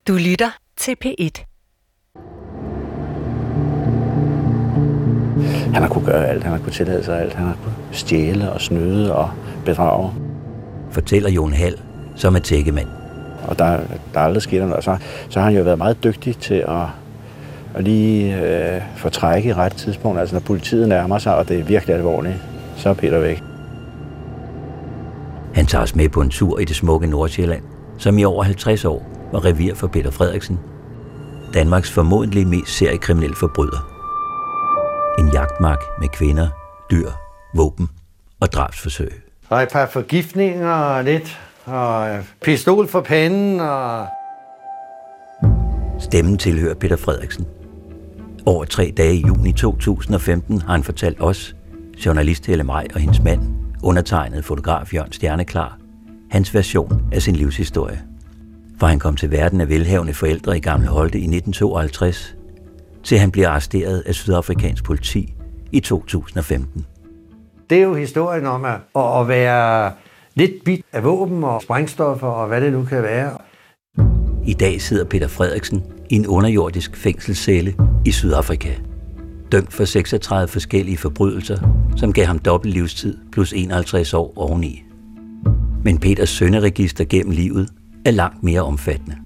Du lytter til P1. Han har kunnet gøre alt. Han har kunnet tillade sig alt. Han har kunnet stjæle og snyde og bedrage. Fortæller Jon Hald, som er tækkemand. Og der er aldrig sket noget. Så har han jo været meget dygtig til at lige få træk i ret tidspunkt. Altså når politiet nærmer sig, og det er virkelig alvorligt, så er Peter væk. Han tager os med på en tur i det smukke Nordsjælland, som i over 50 år var revir for Peter Frederiksen. Danmarks formodentlig mest seriekriminelle forbryder. En jagtmark med kvinder, dyr, våben og drabsforsøg. Og et par forgiftninger og lidt, og pistol for panden og... Stemmen tilhører Peter Frederiksen. Over 3 dage i juni 2015 har han fortalt os, journalist Helle Maj og hendes mand, undertegnet fotograf Jørgen Stjerneklar, hans version af sin livshistorie. Fra han kom til verden af velhavende forældre i Gamle Holte i 1952, til han bliver arresteret af sydafrikansk politi i 2015. Det er jo historien om at være lidt bit af våben og sprængstoffer og hvad det nu kan være. I dag sidder Peter Frederiksen i en underjordisk fængselscelle i Sydafrika. Dømt for 36 forskellige forbrydelser, som gav ham dobbelt livstid plus 51 år oveni. Men Peters synderegister gennem livet er langt mere omfattende.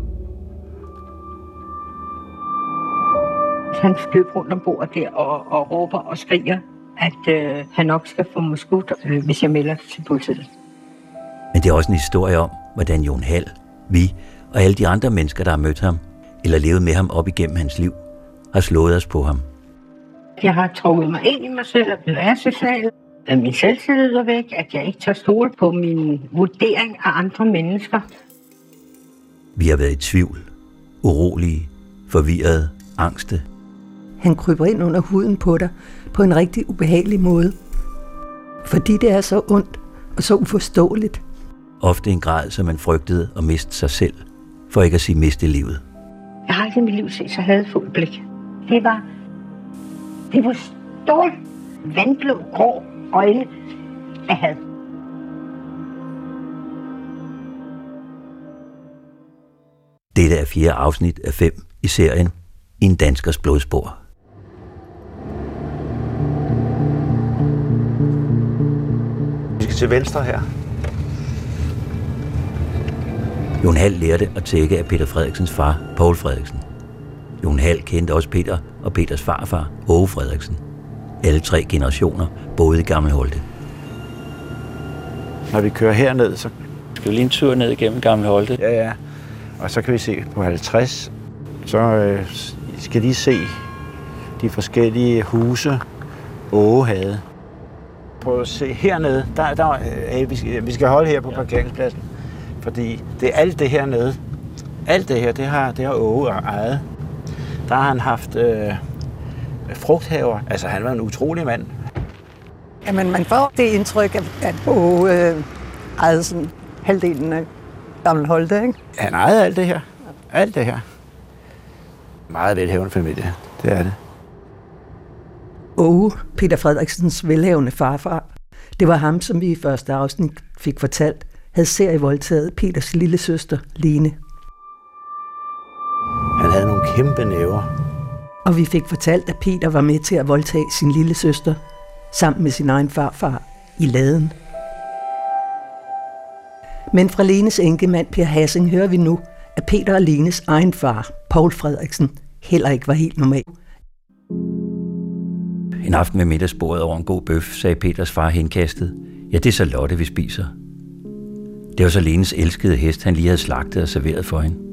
Han løb rundt om bordet der og råber og skriger, at han nok skal få mig skudt, hvis jeg melder til politiet. Men det er også en historie om, hvordan Jon Hald, vi og alle de andre mennesker, der har mødt ham, eller levet med ham op igennem hans liv, har slået os på ham. Jeg har trukket mig ind i mig selv og blevet asocial. At min selvtillid er væk, at jeg ikke tør stole på min vurdering af andre mennesker. Vi har været i tvivl, urolige, forvirrede, angste. Han kryber ind under huden på dig på en rigtig ubehagelig måde. Fordi det er så ondt og så uforståeligt. Ofte en grad, som man frygtede at miste sig selv, for ikke at sige miste livet. Jeg har aldrig i mit liv set så hadefuldt blik. Det var stort, vandblå, grå øjne af had. Dette er 4. afsnit af 5 i serien En danskers blodspor. Vi skal til venstre her. Jon Hald lærte at tække af Peter Frederiksens far, Poul Frederiksen. Jon Hald kendte også Peter og Peters farfar, Åge Frederiksen. Alle 3 generationer boede i Gamle Holte. Når vi kører herned, så skal vi lige en tur ned igennem Gamle Holte. Ja. Og så kan vi se på 50, så skal de se de forskellige huse, Åge havde. Prøv at se hernede, vi skal holde her på parkeringspladsen, fordi det er alt det hernede. Alt det her, det har Åge ejet. Der har han haft frugthaver. Altså, han var en utrolig mand. Jamen, man får det indtryk, at Åge ejede sådan halvdelen af Gamle Holte, ikke? Han ejede alt det her. Alt det her. Meget velhavende familie, det er det. Åge, Peter Frederiksens velhavende farfar, det var ham, som vi i første afsnit fik fortalt, havde serievoldtaget Peters lille søster, Lene. Han havde nogle kæmpe næver. Og vi fik fortalt, at Peter var med til at voldtage sin lille søster, sammen med sin egen farfar, i laden. Men fra Lenes enkemand Per Hassing hører vi nu, at Peter og Lenes egen far, Poul Frederiksen, heller ikke var helt normal. En aften med middagsbordet over en god bøf, sagde Peters far henkastet. Ja, det er så Lotte, vi spiser. Det var så Lenes elskede hest, han lige havde slagtet og serveret for hende.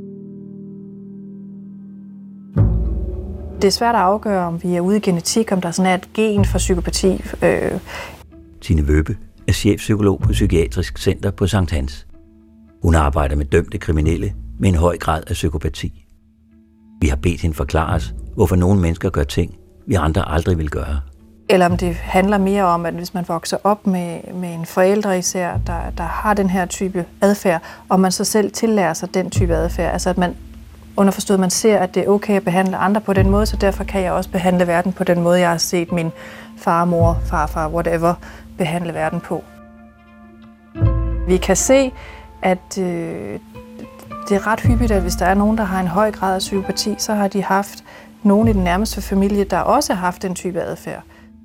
Det er svært at afgøre, om vi er ude i genetik, om der sådan er et gen for psykopati. Tine Vøbe er chefpsykolog på Psykiatrisk Center på Sankt Hans. Hun arbejder med dømte kriminelle med en høj grad af psykopati. Vi har bedt hende forklare os, hvorfor nogle mennesker gør ting, vi andre aldrig vil gøre. Eller om det handler mere om, at hvis man vokser op med en forælder især, der har den her type adfærd, og man så selv tillærer sig den type adfærd. Altså at man underforstået, man ser, at det er okay at behandle andre på den måde, så derfor kan jeg også behandle verden på den måde, jeg har set min far, mor, farfar, whatever, behandle verden på. Vi kan se, at Det er ret hyppigt, at hvis der er nogen, der har en høj grad af psykopati, så har de haft nogen i den nærmeste familie, der også har haft den type adfærd.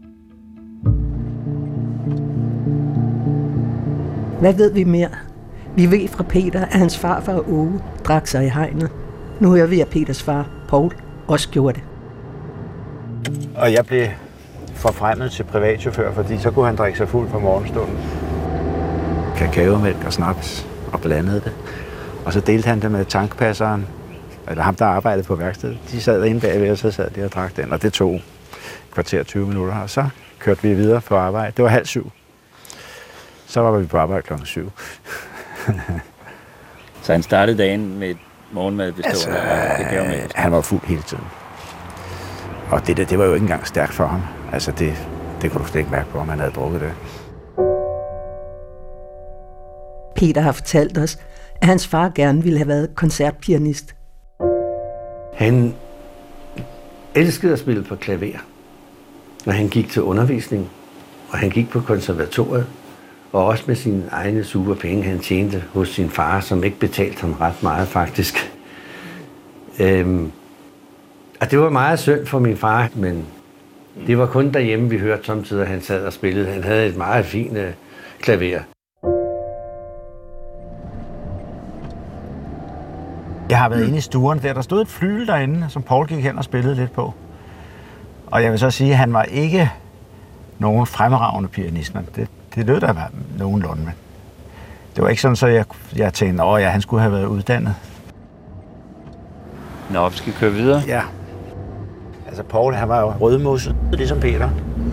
Hvad ved vi mere? Vi ved fra Peter, at hans farfar Åge drak sig i hegnet. Nu hører vi, at Peters far, Poul, også gjorde det. Og jeg blev forfremmet til privatchauffør, fordi så kunne han drikke sig fuld på morgenstunden. Kakaomælk og snaps og blandede det. Og så delte han det med tankpasseren, eller ham, der arbejdede på værkstedet. De sad inde bagved, og så sad de og drak den, og det tog kvarter 20 minutter. Og så kørte vi videre på arbejde. Det var 6:30. Så var vi på arbejde 7:00. Så han startede dagen med et morgenmad bestående af kakaomælk? Han var fuld hele tiden. Og det var jo ikke engang stærkt for ham. Altså det kunne du slet ikke mærke på, om han havde drukket det. Peter har fortalt os, at hans far gerne ville have været koncertpianist. Han elskede at spille på klaver, når han gik til undervisning, og han gik på konservatoriet, og også med sine egne super penge, han tjente hos sin far, som ikke betalte ham ret meget faktisk. Og det var meget synd for min far, men det var kun derhjemme, vi hørte samtidig, at han sad og spillede. Han havde et meget fint klaver. Jeg har været inde i stuen, der stod et flygel derinde, som Poul gik hen og spillede lidt på. Og jeg vil så sige, at han var ikke nogen fremragende pianist, men det lød der var nogenlunde. Men det var ikke sådan, så jeg tænkte, at han skulle have været uddannet. Nå, vi skal køre videre. Ja. Altså Poul, han var jo rødmusset, ligesom Peter.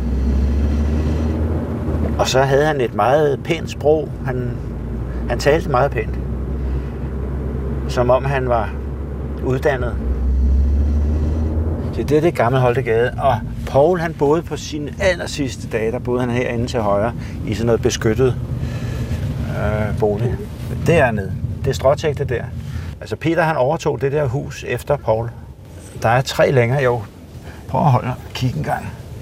Og så havde han et meget pænt sprog. Han talte meget pænt. Som om han var uddannet. Så det er det gamle Holtegade. Og Poul, han boede på sine allersidste dage, der boede han herinde til højre, i sådan noget beskyttet bolig. Dernede. Det er stråtægte der. Altså Peter, han overtog det der hus efter Poul. Der er 3 længere, jo. Prøv at holde og kigge en gang.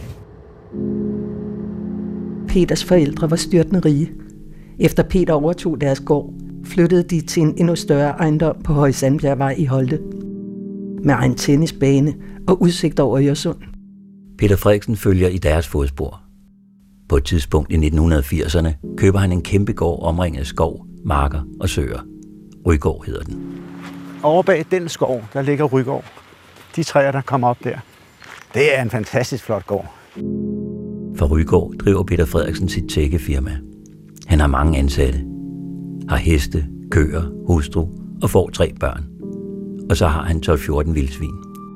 Peters forældre var styrtende rige. Efter Peter overtog deres gård, flyttede de til en endnu større ejendom på Høje Sandbjergvej i Holte. Med egen tennisbane og udsigt over Øresund. Peter Frederiksen følger i deres fodspor. På et tidspunkt i 1980'erne køber han en kæmpe gård omringet af skov, marker og søer. Rygård hedder den. Over bag den skov, der ligger Rygård. De træer, der kommer op der. Det er en fantastisk flot gård. For Rygård driver Peter Frederiksen sit tækkefirma. Han har mange ansatte. Har heste, køer, hustru og får 3 børn. Og så har han 12-14 vildsvin.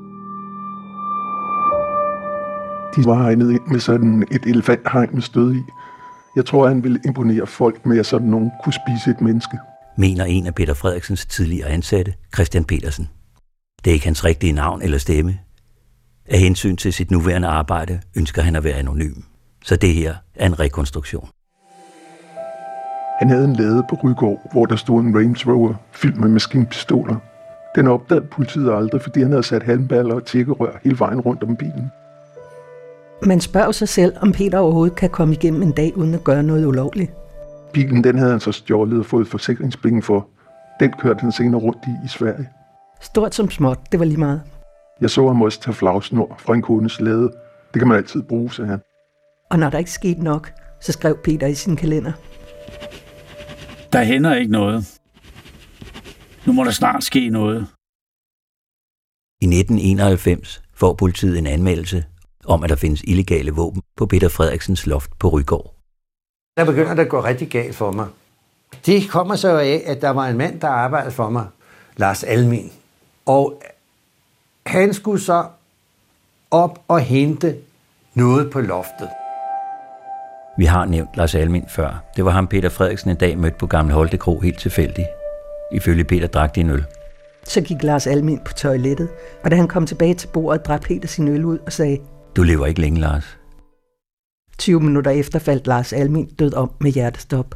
De var hegnet ind med sådan et elefanthegn med stød i. Jeg tror, han ville imponere folk med, at sådan nogen kunne spise et menneske. Mener en af Peter Frederiksens tidligere ansatte, Christian Petersen. Det er ikke hans rigtige navn eller stemme. Af hensyn til sit nuværende arbejde ønsker han at være anonym. Så det her er en rekonstruktion. Han havde en lade på Rygård, hvor der stod en Range Rover fyldt med maskinpistoler. Den opdagede politiet aldrig, fordi han havde sat halmballer og tækkerør hele vejen rundt om bilen. Man spørger sig selv, om Peter overhovedet kan komme igennem en dag uden at gøre noget ulovligt. Bilen, den havde han så stjålet og fået forsikringspenge for. Den kørte han senere rundt i Sverige. Stort som småt, det var lige meget. Jeg så ham også tage flagsnor fra en kundes lade. Det kan man altid bruge, sagde han. Og når der ikke skete nok, så skrev Peter i sin kalender. Der hænder ikke noget. Nu må der snart ske noget. I 1991 får politiet en anmeldelse om, at der findes illegale våben på Peter Frederiksens loft på Rygård. Der begynder det at gå rigtig galt for mig. Det kommer så af, at der var en mand, der arbejdede for mig, Lars Almin. Og han skulle så op og hente noget på loftet. Vi har nævnt Lars Almin før. Det var ham, Peter Frederiksen en dag mødte på Gamle Holte Kro helt tilfældigt. Ifølge Peter drak de en øl. Så gik Lars Almin på toilettet, og da han kom tilbage til bordet, drak Peter sin øl ud og sagde: Du lever ikke længe, Lars. 20 minutter efter faldt Lars Almin død om med hjertestop.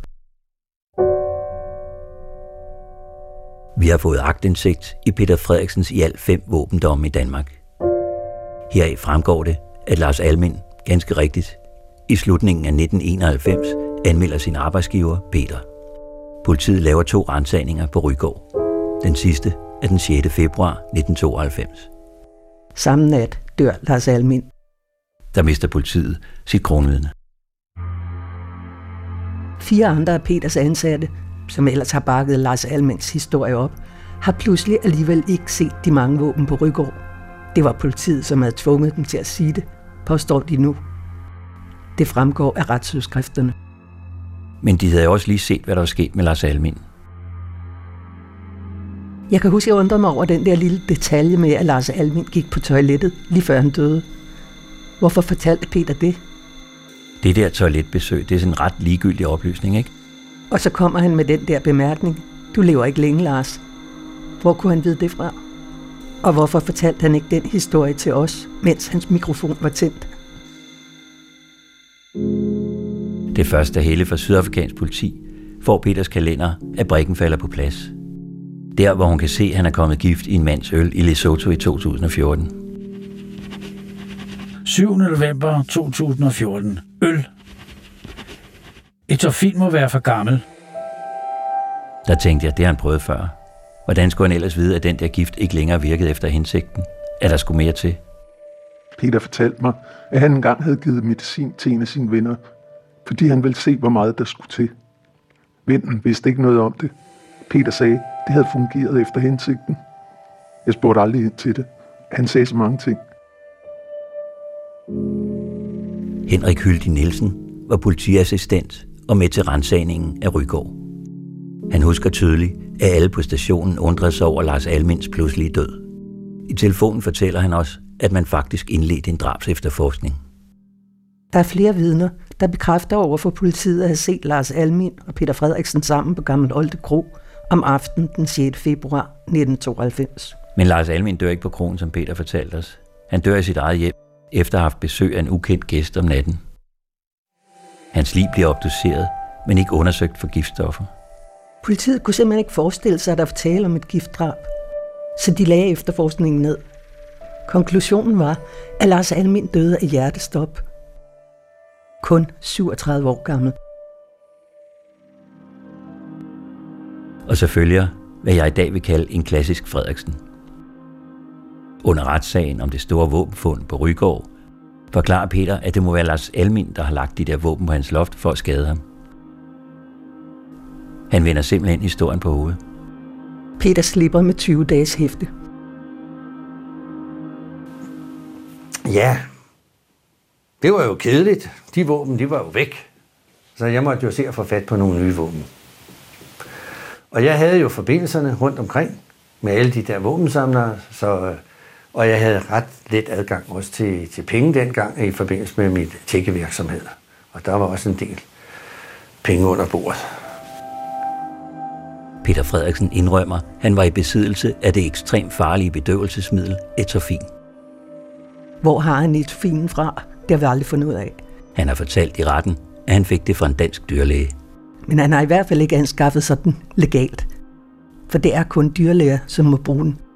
Vi har fået aktindsigt i Peter Frederiksens i alt 5 våbendomme i Danmark. Heraf fremgår det, at Lars Almin, ganske rigtigt, i slutningen af 1991 anmelder sin arbejdsgiver, Peter. Politiet laver 2 ransagninger på Rygård. Den sidste er den 6. februar 1992. Samme nat dør Lars Almin. Der mister politiet sit kronvidne. 4 andre af Peters ansatte, som ellers har bakket Lars Almins historie op, har pludselig alligevel ikke set de mange våben på Rygård. Det var politiet, som havde tvunget dem til at sige det, påstår de nu. Det fremgår af retsudskrifterne. Men de havde også lige set, hvad der var sket med Lars Almin. Jeg kan huske, at jeg undrede mig over den der lille detalje med, at Lars Almin gik på toilettet, lige før han døde. Hvorfor fortalte Peter det? Det der toiletbesøg, det er sådan en ret ligegyldig oplysning, ikke? Og så kommer han med den der bemærkning. Du lever ikke længe, Lars. Hvor kunne han vide det fra? Og hvorfor fortalte han ikke den historie til os, mens hans mikrofon var tændt? Det første hele for sydafrikansk politi får Peters kalender, at brikken falder på plads. Der, hvor hun kan se, at han er kommet gift i en mands øl i Lesotho i 2014. 7. november 2014. Øl. Etorfin må være for gammel. Der tænkte jeg, det har han prøvet før. Hvordan skulle han ellers vide, at den der gift ikke længere virkede efter hensigten? Er der sgu mere til? Peter fortalte mig, at han engang havde givet medicin til en af sine venner, fordi han ville se, hvor meget der skulle til. Vennen vidste ikke noget om det. Peter sagde, det havde fungeret efter hensigten. Jeg spurgte aldrig ind til det. Han sagde så mange ting. Henrik Hyldig Nielsen var politiassistent og med til ransagningen af Rygård. Han husker tydeligt, at alle på stationen undrede sig over Lars Almins pludselige død. I telefonen fortæller han også, at man faktisk indledte en drabsefterforskning. Der er flere vidner, der bekræfter over for politiet at have set Lars Almin og Peter Frederiksen sammen på Gammel Olde Kro om aftenen den 6. februar 1992. Men Lars Almin dør ikke på kroen, som Peter fortalte os. Han dør i sit eget hjem, efter at have haft besøg af en ukendt gæst om natten. Hans lig bliver obduceret, men ikke undersøgt for giftstoffer. Politiet kunne simpelthen ikke forestille sig, at der var tale om et giftdrab, så de lagde efterforskningen ned. Konklusionen var, at Lars Almin døde af hjertestop. Kun 37 år gammel. Og så følger, hvad jeg i dag vil kalde en klassisk Frederiksen. Under retssagen om det store våbenfund på Rygård, forklarer Peter, at det må være Lars Almin, der har lagt de der våben på hans loft for at skade ham. Han vender simpelthen historien på hovedet. Peter slipper med 20 dages hæfte. Ja, det var jo kedeligt. De våben, de var jo væk. Så jeg måtte jo se at få fat på nogle nye våben. Og jeg havde jo forbindelserne rundt omkring med alle de der våbensamlere, og jeg havde ret let adgang også til penge dengang i forbindelse med mit tjekkevirksomhed. Og der var også en del penge under bordet. Peter Frederiksen indrømmer, han var i besiddelse af det ekstremt farlige bedøvelsesmiddel etorfin. Hvor har han etorfinen fra? Det har vi aldrig fundet ud af. Han har fortalt i retten, at han fik det fra en dansk dyrlæge. Men han har i hvert fald ikke anskaffet sig den legalt. For det er kun dyrlæger, som må bruge den.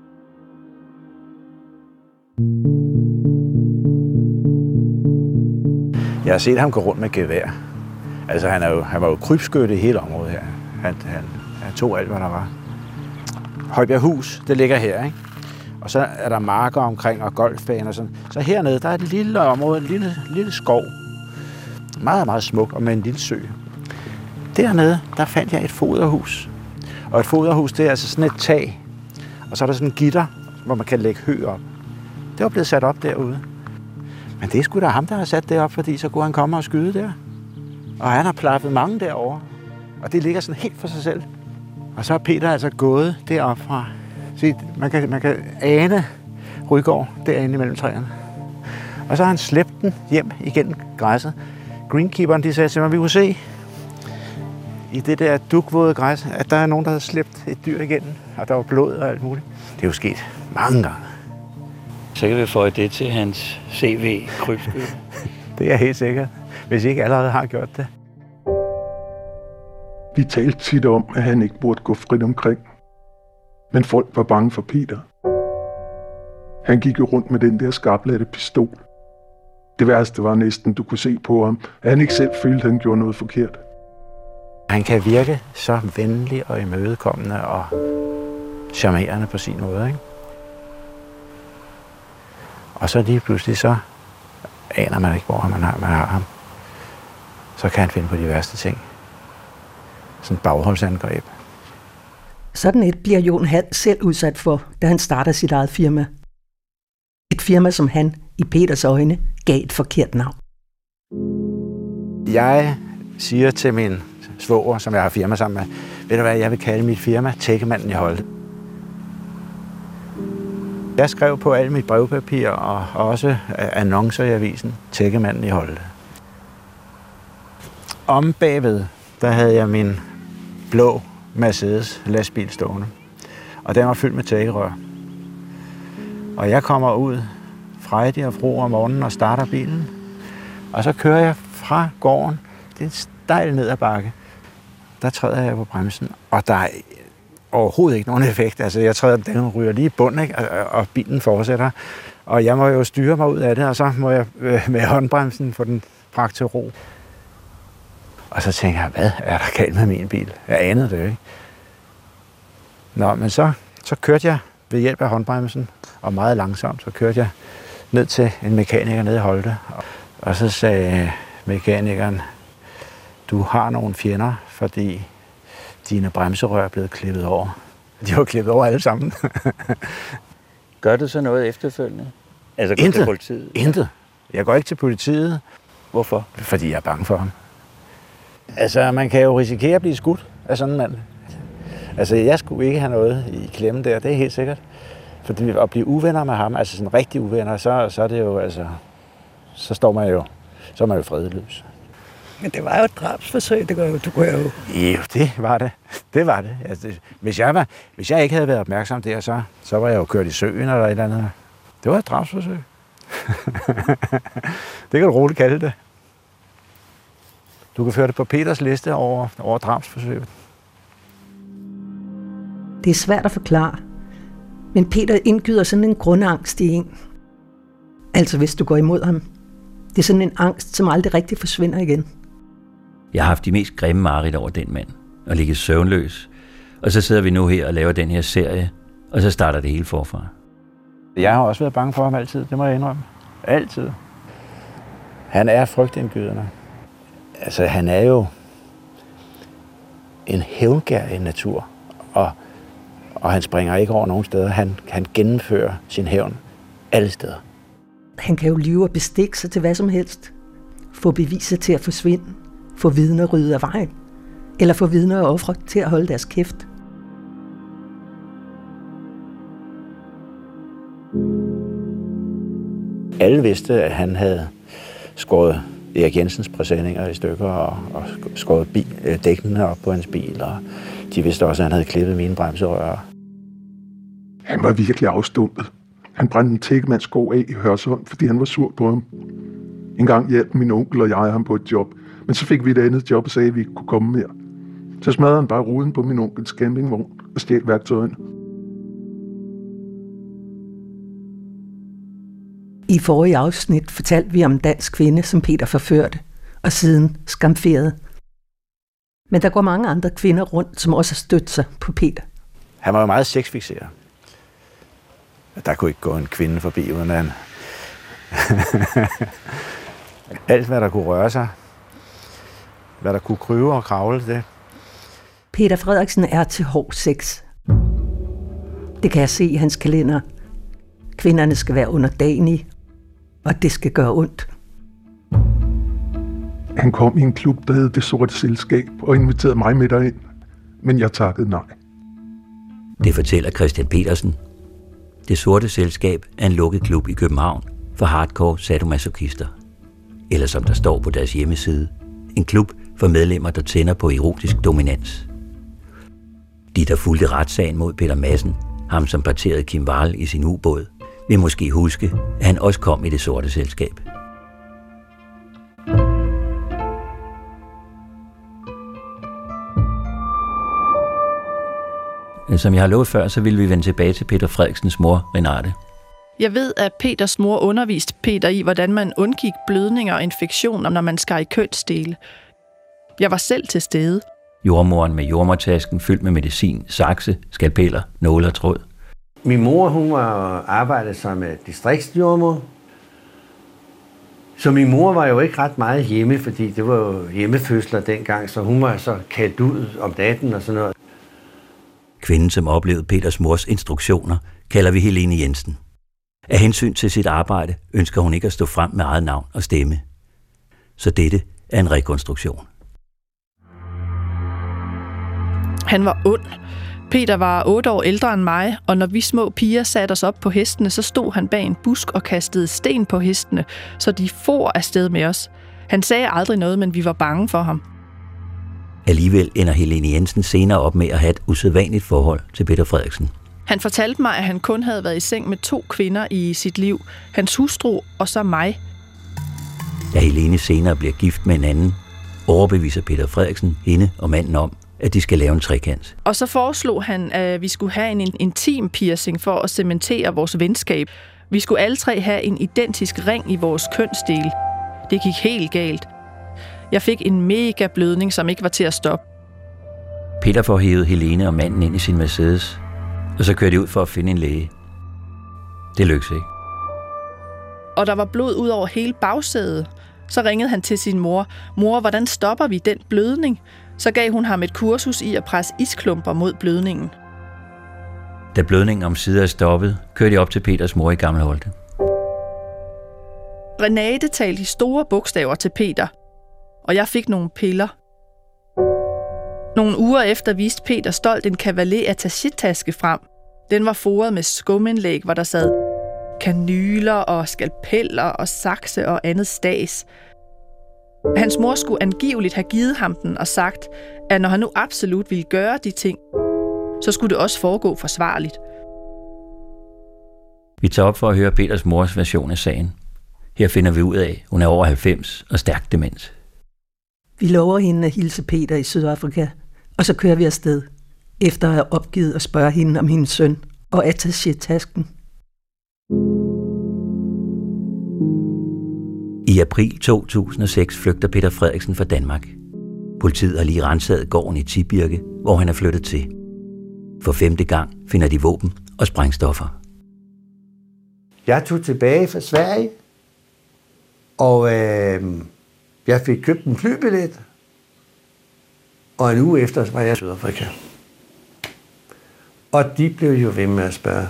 Jeg har set ham gå rundt med gevær. Altså, han var jo krybskytte i hele området her. Han tog alt, hvad der var. Højbjerghus, det ligger her, ikke? Og så er der marker omkring og golfbaner og sådan. Så hernede, der er et lille område, en lille skov. Meget, meget smuk og med en lille sø. Dernede, der fandt jeg et foderhus. Og et foderhus, det er altså sådan et tag. Og så er der sådan en gitter, hvor man kan lægge hø op. Det var blevet sat op derude. Men det er sgu da ham, der har sat det op, fordi så kunne han komme og skyde der. Og han har plaffet mange derovre. Og det ligger sådan helt for sig selv. Og så er Peter altså gået derop fra. Se, man kan ane Rygård derinde imellem træerne. Og så har han slæbt den hjem igennem græsset. Greenkeeperen, de sagde til mig, vi kunne se i det der dugvåde græs, at der er nogen, der havde slæbt et dyr igennem, og der var blod og alt muligt. Det er jo sket mange gange. Så kan vi få det til hans CV-krybskytte. Det er helt sikkert, hvis I ikke allerede har gjort det. Vi talte tit om, at han ikke burde gå frit omkring. Men folk var bange for Peter. Han gik jo rundt med den der skarplatte pistol. Det værste var næsten, du kunne se på ham, at han ikke selv følte, at han gjorde noget forkert. Han kan virke så venlig og imødekommende charmerende på sin måde, ikke? Og så lige pludselig så aner man ikke, hvor man har ham. Så kan han finde på de værste ting. Sådan et bagholdsangreb. Sådan et bliver Jon Hald selv udsat for, da han starter sit eget firma. Et firma, som han, i Peters øjne, gav et forkert navn. Jeg siger til min svoger, som jeg har firma sammen med, ved du hvad, jeg vil kalde mit firma Tækkemanden i Holte. Jeg skrev på alt mit brevpapir og også annoncer i avisen Tækkemanden i Holte. Om bagved, der havde jeg min blå Mercedes lastbil stående, og den var fyldt med tækkerør. Og jeg kommer ud frejdig og fro om morgenen og starter bilen, og så kører jeg fra gården. Det er en stejl ned ad bakke. Der træder jeg på bremsen, og der er overhovedet ikke nogen effekt. Altså, jeg træder, den ryger lige i bunden, ikke? Og bilen fortsætter. Og jeg må jo styre mig ud af det, og så må jeg med håndbremsen få den bragt til ro. Og så tænker jeg, hvad er der galt med min bil? Jeg anede det jo ikke. Nå, men så kørte jeg ved hjælp af håndbremsen, og meget langsomt, så kørte jeg ned til en mekaniker nede i Holte. Og så sagde mekanikeren, du har nogle fjender, fordi dine bremserør er blevet klippet over. De var klippet over alle sammen. Gør du så noget efterfølgende? Altså går til politiet? Intet. Jeg går ikke til politiet. Hvorfor? Fordi jeg er bange for ham. Altså, man kan jo risikere at blive skudt af sådan en mand. Altså, jeg skulle ikke have noget i klemme der, det er helt sikkert. Fordi at blive uvenner med ham, altså sådan rigtig uvenner, så er det jo, altså, så står man jo, så er man jo fredeløs. Men det var jo et drabsforsøg, det kunne jo... Jo, det var det. Det var det. Altså, hvis jeg ikke havde været opmærksom der, så var jeg jo kørt i søen eller et eller andet. Det var et drabsforsøg. Det kan du roligt kalde det. Du kan føre det på Peters liste over drabsforsøg. Det er svært at forklare, men Peter indgyder sådan en grundangst i en. Altså hvis du går imod ham. Det er sådan en angst, som aldrig rigtig forsvinder igen. Jeg har haft de mest grimme mareridt over den mand, og ligget søvnløs. Og så sidder vi nu her og laver den her serie, og så starter det hele forfra. Jeg har også været bange for ham altid, det må jeg indrømme. Altid. Han er frygtindgydende. Altså, han er jo en hævngærig natur, og han springer ikke over nogen steder. Han gennemfører sin hævn alle steder. Han kan jo lyve og bestikke sig til hvad som helst. Få beviser til at forsvinde. Få vidner ryddet af vejen. Eller få vidner og ofre til at holde deres kæft. Alle vidste, at han havde skåret Erik Jensens præsendinger i stykker og skåret dækkene op på hans bil. Og de vidste også, at han havde klippet mine bremserør. Han var virkelig afstumpet. Han brændte en tækkemandssko af i Hørsholm, fordi han var sur på ham. En gang hjalp min onkel og jeg ham på et job, men så fik vi et andet job og sagde, at vi ikke kunne komme mere. Så smadrede han bare ruden på min onkels campingvogn og stjal værktøjerne. I forrige afsnit fortalte vi om en dansk kvinde, som Peter forførte, og siden skamferede. Men der går mange andre kvinder rundt, som også har stødt sig på Peter. Han var jo meget sexfikseret. Der kunne ikke gå en kvinde forbi, uden han... Alt, hvad der kunne røre sig, hvad der kunne kryve og kravle, det. Peter Frederiksen er til hård sex. Det kan jeg se i hans kalender. Kvinderne skal være underdanige, og det skal gøre ondt. Han kom i en klub, der hed Det Sorte Selskab, og inviterede mig med derind, men jeg takkede nej. Det fortæller Christian Petersen. Det Sorte Selskab er en lukket klub i København for hardcore sadomasochister. Eller som der står på deres hjemmeside, en klub for medlemmer, der tænder på erotisk dominans. De, der fulgte retssagen mod Peter Madsen, ham som parterede Kim Wall i sin ubåd, vil måske huske, at han også kom i Det Sorte Selskab. Som jeg har lovet før, så vil vi vende tilbage til Peter Frederiksens mor, Renate. Jeg ved, at Peters mor underviste Peter i, hvordan man undgik blødninger og infektioner, når man skar i kønsdele. Jeg var selv til stede. Jordmoren med jordmortasken fyldt med medicin, sakse, skalpeller, nåle og tråd. Min mor, hun var arbejdet som distriktsjordmor. Så min mor var jo ikke ret meget hjemme, fordi det var jo hjemmefødsler dengang, så hun var så kaldt ud om natten og sådan noget. Kvinden, som oplevede Peters mors instruktioner, kalder vi Helene Jensen. Af hensyn til sit arbejde ønsker hun ikke at stå frem med eget navn og stemme. Så dette er en rekonstruktion. Han var ond. Peter var 8 år ældre end mig, og når vi små piger satte os op på hestene, så stod han bag en busk og kastede sten på hestene, så de for afsted med os. Han sagde aldrig noget, men vi var bange for ham. Alligevel ender Helene Jensen senere op med at have et usædvanligt forhold til Peter Frederiksen. Han fortalte mig, at han kun havde været i seng med 2 kvinder i sit liv. Hans hustru og så mig. Da Helene senere bliver gift med en anden, overbeviser Peter Frederiksen hende og manden om, at de skal lave en trekant. Og så foreslog han, at vi skulle have en intim piercing for at cementere vores venskab. Vi skulle alle 3 have en identisk ring i vores kønsdel. Det gik helt galt. Jeg fik en mega blødning, som ikke var til at stoppe. Peter får hævet Helene og manden ind i sin Mercedes, og så kører de ud for at finde en læge. Det lykkedes ikke. Og der var blod ud over hele bagsædet. Så ringede han til sin mor. Mor, hvordan stopper vi den blødning? Så gav hun ham et kursus i at presse isklumper mod blødningen. Da blødningen omsider er stoppet, kører de op til Peters mor i Gammel Holte. Renate talte i store bogstaver til Peter, og jeg fik nogle piller. Nogle uger efter viste Peter stolt en Cavalier attaché-taske frem. Den var foret med skumindlæg, hvor der sad kanyler og skalpeller og sakse og andet stas. Hans mor skulle angiveligt have givet ham den og sagt, at når han nu absolut ville gøre de ting, så skulle det også foregå forsvarligt. Vi tager op for at høre Peters mors version af sagen. Her finder vi ud af, at hun er over 90 og stærkt dement. Vi lover hende at hilse Peter i Sydafrika, og så kører vi afsted, efter at have opgivet at spørge hende om hendes søn og attaché-tasken. I april 2006 flygter Peter Frederiksen fra Danmark. Politiet har lige renset gården i Tibirke, hvor han er flyttet til. For 5. gang finder de våben og sprængstoffer. Jeg tog tilbage fra Sverige, og jeg fik købt en flybillet, og en uge efter var jeg i Sydafrika. Og de blev jo ved med at spørge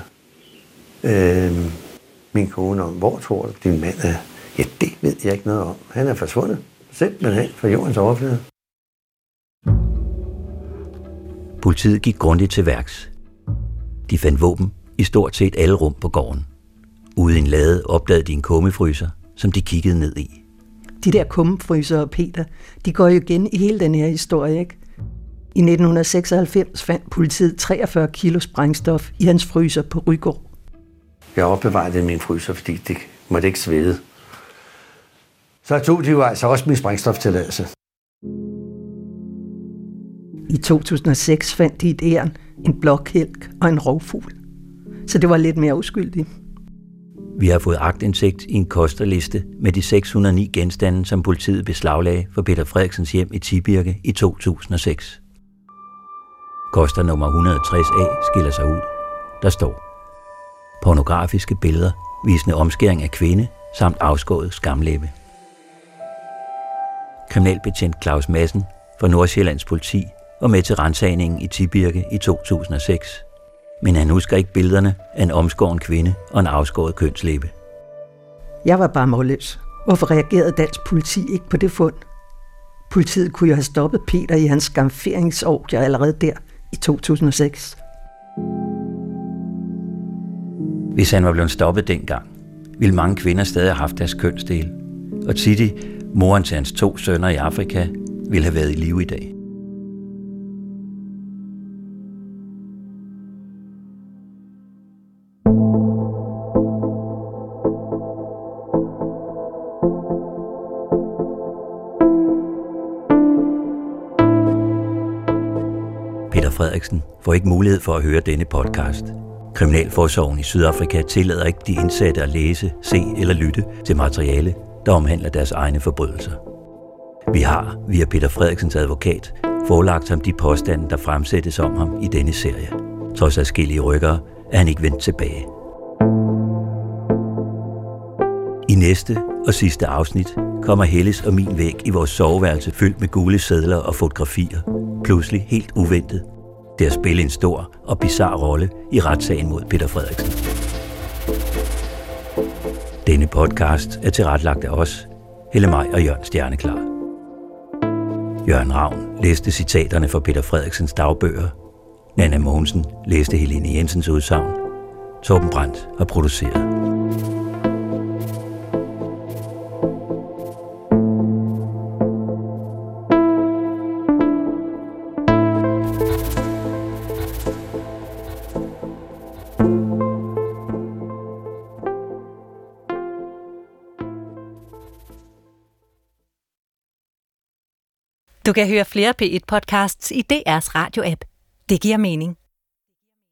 min kone om, hvor tror du din mand er? Ja, det ved jeg ikke noget om. Han er forsvundet, simpelthen fra jordens overflade. Politiet gik grundigt til værks. De fandt våben i stort set alle rum på gården. Ude i en lade opdagede de en kummefryser, som de kiggede ned i. De der kummefryser og Peter, de går jo igen i hele den her historie, ikke? I 1996 fandt politiet 43 kilo sprængstof i hans fryser på Rygård. Jeg opbevarede min fryser, fordi det måtte ikke svede. Så tog de jo altså også min sprængstoftilladelse. I 2006 fandt de et æren, en blokhælk og en rovfugl. Så det var lidt mere uskyldigt. Vi har fået aktindsigt i en kosterliste med de 609 genstande, som politiet beslaglagde for Peter Frederiksens hjem i Tibirke i 2006. Koster nummer 160A skiller sig ud. Der står: pornografiske billeder, visende omskæring af kvinde, samt afskåret skamlæbe. Kriminalbetjent Claus Madsen fra Nordsjællands politi var med til ransagningen i Tibirke i 2006. Men han husker ikke billederne af en omskåren kvinde og en afskåret kønslæbe. Jeg var bare målløs. Hvorfor reagerede dansk politi ikke på det fund? Politiet kunne jo have stoppet Peter i hans skamferingsordre allerede der i 2006. Hvis han var blevet stoppet dengang, ville mange kvinder stadig have haft deres kønsdele. Og Titi, moren til hans 2 sønner i Afrika, ville have været i live i dag. Peter Frederiksen får ikke mulighed for at høre denne podcast. Kriminalforsorgen i Sydafrika tillader ikke de indsatte at læse, se eller lytte til materiale, der omhandler deres egne forbrydelser. Vi har, via Peter Frederiksens advokat, forelagt ham de påstande, der fremsættes om ham i denne serie. Trods adskillige rykkere er han ikke vendt tilbage. I næste og sidste afsnit kommer Helles og min væg i vores soveværelse fyldt med gule sedler og fotografier. Pludselig helt uventet. Det at spille en stor og bizarre rolle i retssagen mod Peter Frederiksen. Denne podcast er tilrettelagt af os, Helle Maj og Jørgen Stjerneklar. Jørgen Ravn læste citaterne fra Peter Frederiksens dagbøger. Nanna Mogensen læste Helene Jensens udsagn. Torben Brandt har produceret. Du kan høre flere P1-podcasts i DR's radio-app. Det giver mening.